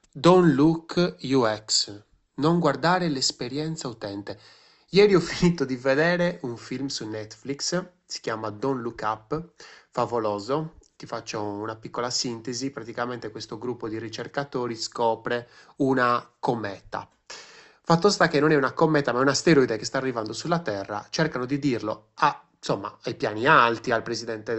Don't look UX, non guardare l'esperienza utente. Ieri ho finito di vedere un film su Netflix, si chiama Don't Look Up, favoloso. Ti faccio una piccola sintesi, praticamente questo gruppo di ricercatori scopre una cometa. Fatto sta che non è una cometa, ma è un asteroide che sta arrivando sulla Terra, cercano di dirlo insomma, ai piani alti, al presidente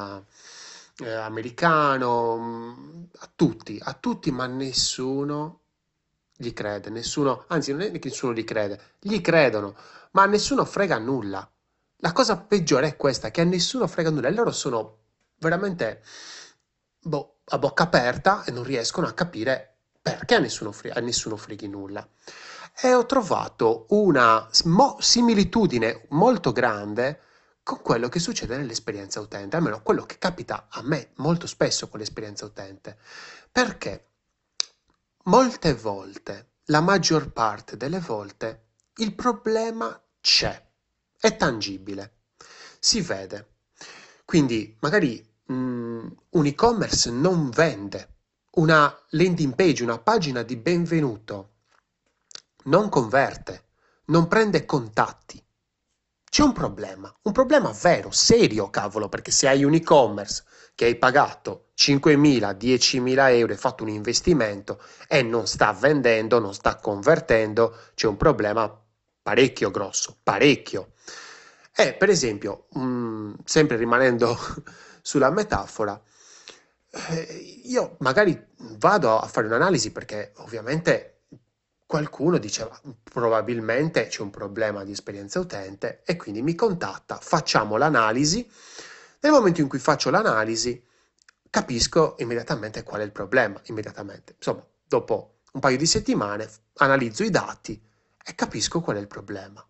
americano, a tutti, ma nessuno gli crede, nessuno, anzi non è che nessuno gli crede, gli credono, ma a nessuno frega nulla. La cosa peggiore è questa, che a nessuno frega nulla e loro sono veramente boh, a bocca aperta e non riescono a capire perché a nessuno freghi nulla. E ho trovato una similitudine molto grande con quello che succede nell'esperienza utente, almeno quello che capita a me molto spesso con l'esperienza utente. Perché molte volte, la maggior parte delle volte, il problema c'è, è tangibile, si vede. Quindi magari un e-commerce non vende, una landing page, una pagina di benvenuto non converte, non prende contatti. C'è un problema vero, serio, cavolo, perché se hai un e-commerce che hai pagato 5.000, 10.000 euro, hai fatto un investimento e non sta vendendo, non sta convertendo, c'è un problema parecchio grosso, parecchio. E per esempio, sempre rimanendo sulla metafora, io magari vado a fare un'analisi perché ovviamente qualcuno diceva probabilmente c'è un problema di esperienza utente e quindi mi contatta, facciamo l'analisi. Nel momento in cui faccio l'analisi capisco immediatamente qual è il problema, immediatamente. Insomma, dopo un paio di settimane analizzo i dati e capisco qual è il problema.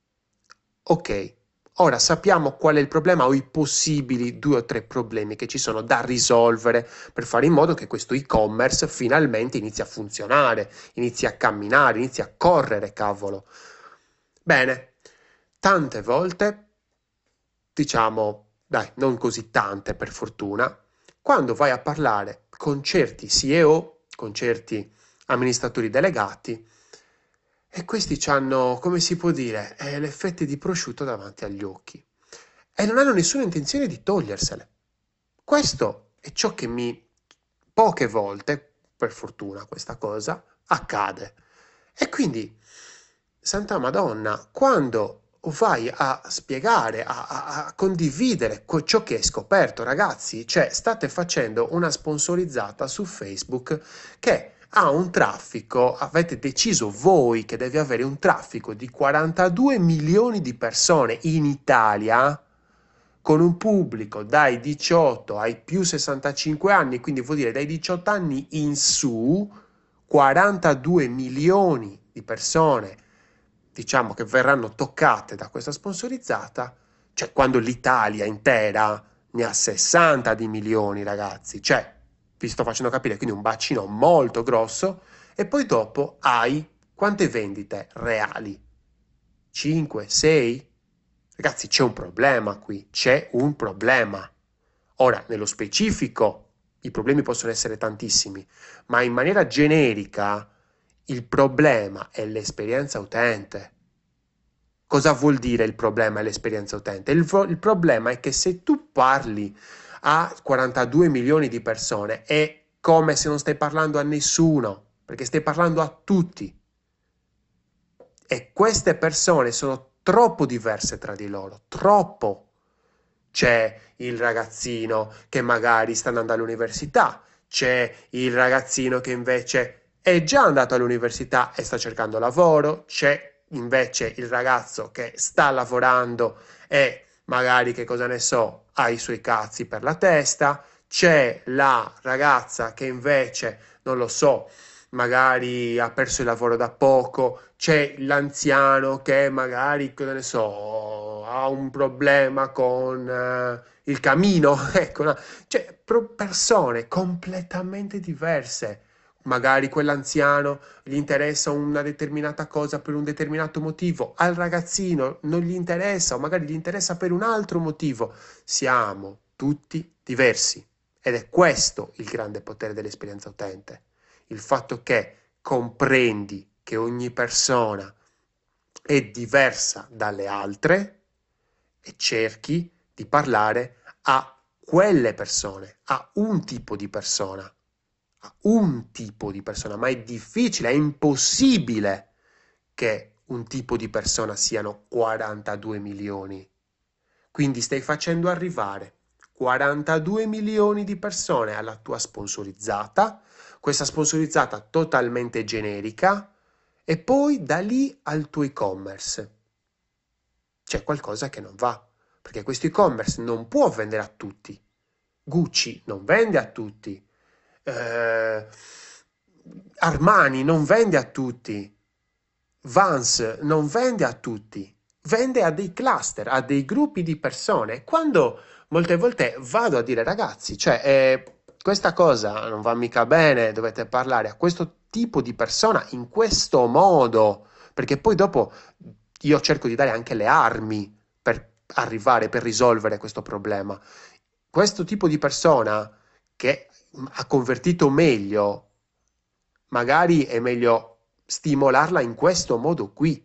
Ok, ora sappiamo qual è il problema o i possibili 2 o 3 problemi che ci sono da risolvere per fare in modo che questo e-commerce finalmente inizi a funzionare, inizi a camminare, inizi a correre, cavolo. Bene, tante volte, diciamo, dai, non così tante per fortuna, quando vai a parlare con certi CEO, con certi amministratori delegati, e questi hanno, come si può dire, le fette di prosciutto davanti agli occhi e non hanno nessuna intenzione di togliersele. Questo è ciò che poche volte, per fortuna questa cosa, accade. E quindi, Santa Madonna, quando vai a spiegare, a condividere ciò che hai scoperto, ragazzi, cioè state facendo una sponsorizzata su Facebook che ha un traffico, avete deciso voi che deve avere un traffico di 42 milioni di persone in Italia, con un pubblico dai 18 ai più 65 anni, quindi vuol dire dai 18 anni in su, 42 milioni di persone, diciamo, che verranno toccate da questa sponsorizzata, cioè quando l'Italia intera ne ha 60 di milioni, ragazzi, cioè vi sto facendo capire, quindi un bacino molto grosso, e poi dopo hai quante vendite reali? 5, 6? Ragazzi, c'è un problema qui, c'è un problema. Ora, nello specifico, i problemi possono essere tantissimi, ma in maniera generica il problema è l'esperienza utente. Cosa vuol dire il problema è l'esperienza utente? Il problema è che se tu parli a 42 milioni di persone è come se non stai parlando a nessuno, perché stai parlando a tutti. E queste persone sono troppo diverse tra di loro, troppo. C'è il ragazzino che magari sta andando all'università, c'è il ragazzino che invece è già andato all'università e sta cercando lavoro, c'è invece il ragazzo che sta lavorando e magari, che cosa ne so, ha i suoi cazzi per la testa, c'è la ragazza che invece, non lo so, magari ha perso il lavoro da poco, c'è l'anziano che magari, cosa ne so, ha un problema con il cammino, ecco, no? Cioè persone completamente diverse. Magari quell'anziano gli interessa una determinata cosa per un determinato motivo, al ragazzino non gli interessa o magari gli interessa per un altro motivo. Siamo tutti diversi ed è questo il grande potere dell'esperienza utente. il fatto che comprendi che ogni persona è diversa dalle altre e cerchi di parlare a quelle persone, a un tipo di persona, a un tipo di persona, ma è difficile, è impossibile che un tipo di persona siano 42 milioni. Quindi stai facendo arrivare 42 milioni di persone alla tua sponsorizzata, questa sponsorizzata totalmente generica, e poi da lì al tuo e-commerce. C'è qualcosa che non va, perché questo e-commerce non può vendere a tutti. Gucci non vende a tutti. Eh, Armani non vende a tutti. Vans non vende a tutti, vende a dei cluster, a dei gruppi di persone. Quando molte volte vado a dire ragazzi, cioè questa cosa non va mica bene, dovete parlare a questo tipo di persona in questo modo, perché poi dopo io cerco di dare anche le armi per arrivare, per risolvere questo problema. Questo tipo di persona che ha convertito meglio, magari è meglio stimolarla in questo modo qui.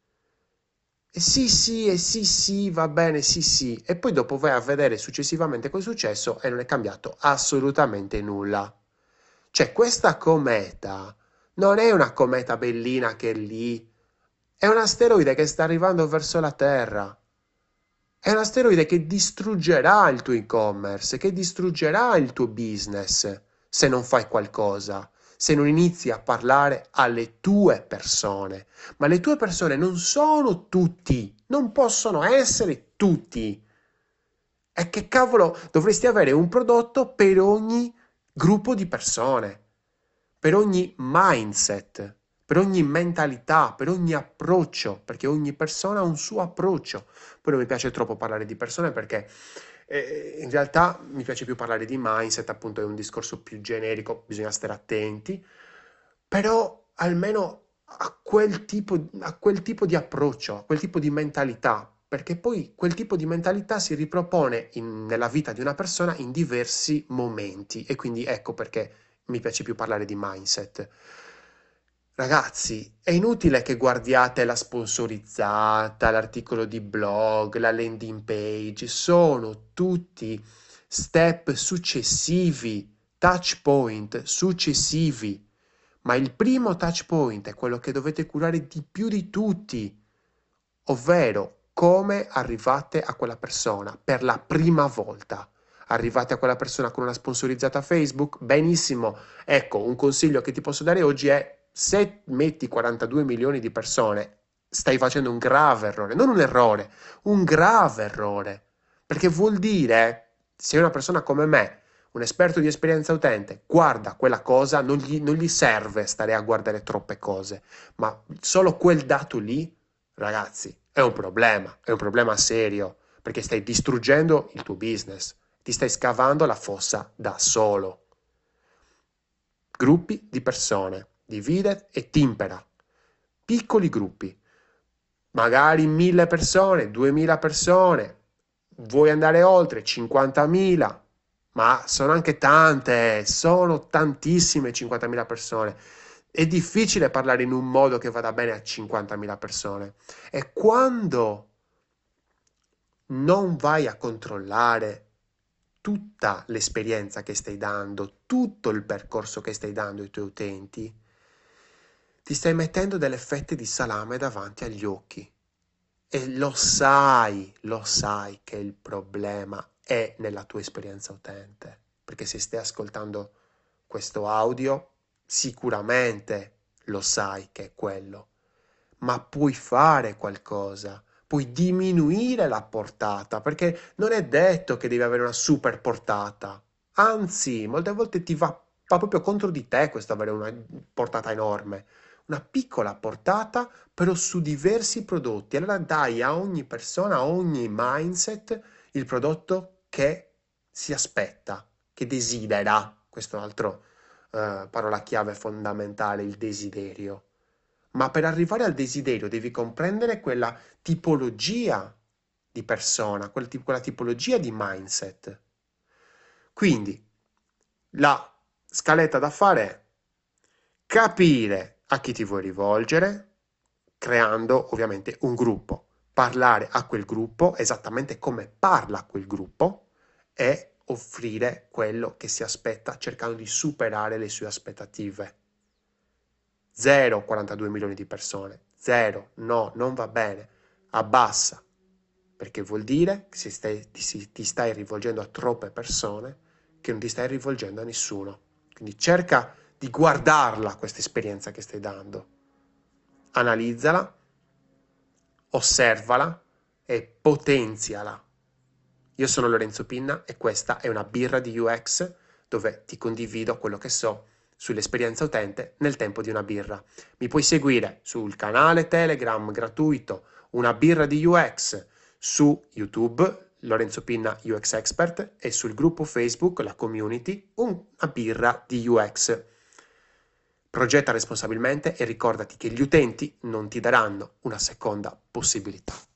E sì, sì, va bene, sì, sì. E poi dopo vai a vedere successivamente cosa è successo e non è cambiato assolutamente nulla. Cioè, questa cometa non è una cometa bellina che è lì, è un asteroide che sta arrivando verso la Terra. È un asteroide che distruggerà il tuo e-commerce, che distruggerà il tuo business se non fai qualcosa, se non inizi a parlare alle tue persone. Ma le tue persone non sono tutti, non possono essere tutti. E che cavolo, dovresti avere un prodotto per ogni gruppo di persone, per ogni mindset, per ogni mentalità, per ogni approccio, perché ogni persona ha un suo approccio. Poi non mi piace troppo parlare di persone perché in realtà mi piace più parlare di mindset, appunto è un discorso più generico, bisogna stare attenti, però almeno a quel tipo di approccio, a quel tipo di mentalità, perché poi quel tipo di mentalità si ripropone nella vita di una persona in diversi momenti e quindi ecco perché mi piace più parlare di mindset. Ragazzi, è inutile che guardiate la sponsorizzata, l'articolo di blog, la landing page, sono tutti step successivi, touch point successivi. Ma il primo touch point è quello che dovete curare di più di tutti, ovvero come arrivate a quella persona per la prima volta. Arrivate a quella persona con una sponsorizzata Facebook? Benissimo. Ecco, un consiglio che ti posso dare oggi è se metti 42 milioni di persone, stai facendo un grave errore, non un errore, un grave errore. Perché vuol dire, se una persona come me, un esperto di esperienza utente, guarda quella cosa, non gli serve stare a guardare troppe cose, ma solo quel dato lì, ragazzi, è un problema serio, perché stai distruggendo il tuo business, ti stai scavando la fossa da solo. Gruppi di persone, divide e timpera, piccoli gruppi, magari 1000 persone, 2000 persone, vuoi andare oltre 50.000, ma sono anche tante, sono tantissime 50.000 persone. È difficile parlare in un modo che vada bene a 50.000 persone. E quando non vai a controllare tutta l'esperienza che stai dando, tutto il percorso che stai dando ai tuoi utenti, ti stai mettendo delle fette di salame davanti agli occhi. E lo sai che il problema è nella tua esperienza utente, perché se stai ascoltando questo audio, sicuramente lo sai che è quello, ma puoi fare qualcosa, puoi diminuire la portata, perché non è detto che devi avere una super portata, anzi, molte volte va proprio contro di te questo avere una portata enorme, una piccola portata però su diversi prodotti. Allora dai a ogni persona, a ogni mindset, il prodotto che si aspetta, che desidera. Questo è un altro parola chiave fondamentale, il desiderio. Ma per arrivare al desiderio devi comprendere quella tipologia di persona, quella tipologia di mindset. Quindi la scaletta da fare è capire a chi ti vuoi rivolgere, creando ovviamente un gruppo, parlare a quel gruppo esattamente come parla quel gruppo e offrire quello che si aspetta, cercando di superare le sue aspettative. 0, 42 milioni di persone, 0, no, non va bene, abbassa, perché vuol dire che ti stai rivolgendo a troppe persone che non ti stai rivolgendo a nessuno. Quindi cerca di guardarla questa esperienza che stai dando, analizzala, osservala e potenziala. Io sono Lorenzo Pinna e questa è una birra di UX dove ti condivido quello che so sull'esperienza utente nel tempo di una birra. Mi puoi seguire sul canale Telegram gratuito Una birra di UX, su YouTube Lorenzo Pinna UX Expert e sul gruppo Facebook, la community, Una birra di UX. Progetta responsabilmente e ricordati che gli utenti non ti daranno una seconda possibilità.